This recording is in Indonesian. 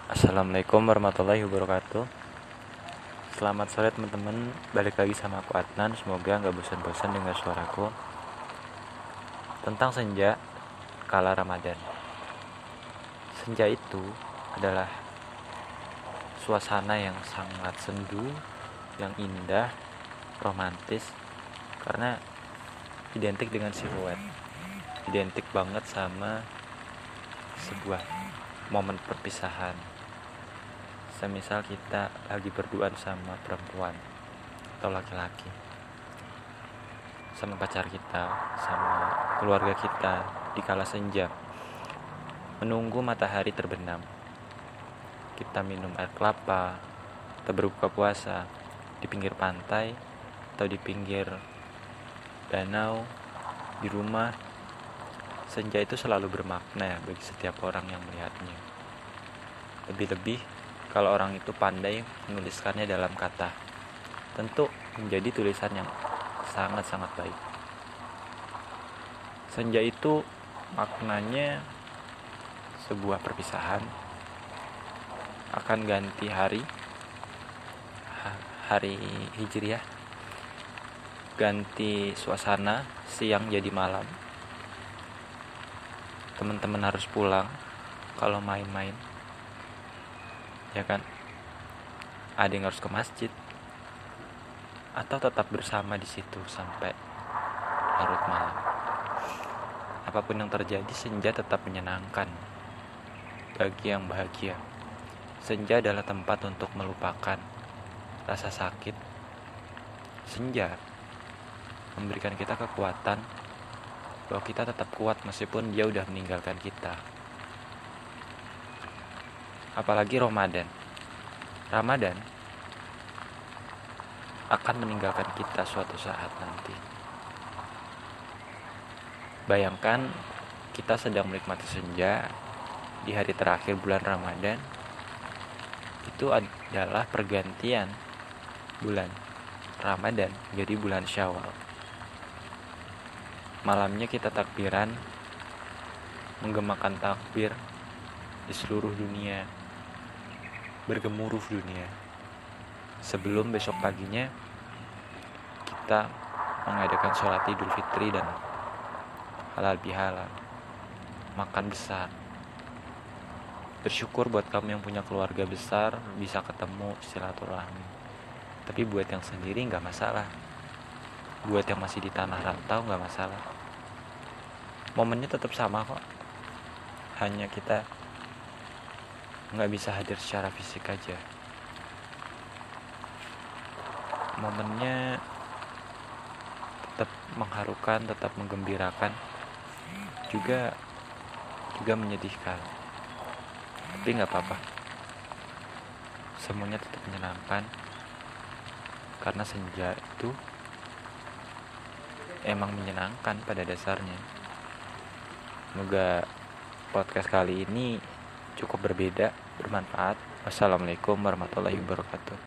Assalamualaikum warahmatullahi wabarakatuh. Selamat sore teman-teman. Balik lagi sama aku Adnan. Semoga gak bosan-bosan dengar suaraku. Tentang senja kala Ramadan. Senja itu adalah suasana yang sangat sendu, yang indah, romantis, karena identik dengan siluet. Identik banget sama sebuah momen perpisahan. Semisal kita lagi berduaan sama perempuan atau laki-laki, sama pacar kita, sama keluarga kita di kala senja, menunggu matahari terbenam. Kita minum air kelapa, kita berbuka puasa di pinggir pantai atau di pinggir danau, di rumah. Senja itu selalu bermakna bagi setiap orang yang melihatnya. Lebih-lebih kalau orang itu pandai menuliskannya dalam kata, tentu menjadi tulisan yang sangat-sangat baik. Senja itu maknanya sebuah perpisahan, akan ganti hari Hijriah, ganti suasana, siang jadi malam. Teman-teman harus pulang kalau main-main, ya kan? Ada yang harus ke masjid atau tetap bersama di situ sampai larut malam. Apapun yang terjadi, senja tetap menyenangkan bagi yang bahagia. Senja adalah tempat untuk melupakan rasa sakit. Senja memberikan kita kekuatan bahwa kita tetap kuat meskipun dia udah meninggalkan kita. Apalagi Ramadan akan meninggalkan kita suatu saat nanti. Bayangkan kita sedang menikmati senja di hari terakhir bulan Ramadan. Itu adalah pergantian bulan Ramadan jadi bulan Syawal. Malamnya kita takbiran, menggemakan takbir di seluruh dunia, bergemuruh dunia. Sebelum besok paginya kita mengadakan sholat Idul Fitri dan halal bihalal, makan besar. Bersyukur buat kamu yang punya keluarga besar, bisa ketemu silaturahmi. Tapi buat yang sendiri gak masalah, buat yang masih di tanah rantau gak masalah. Momennya tetap sama kok, hanya kita gak bisa hadir secara fisik aja. Momennya tetap mengharukan, tetap menggembirakan, juga menyedihkan. Tapi gak apa-apa, semuanya tetap menyenangkan, karena senja itu emang menyenangkan pada dasarnya. Semoga podcast kali ini cukup berbeda, bermanfaat. Wassalamualaikum warahmatullahi wabarakatuh.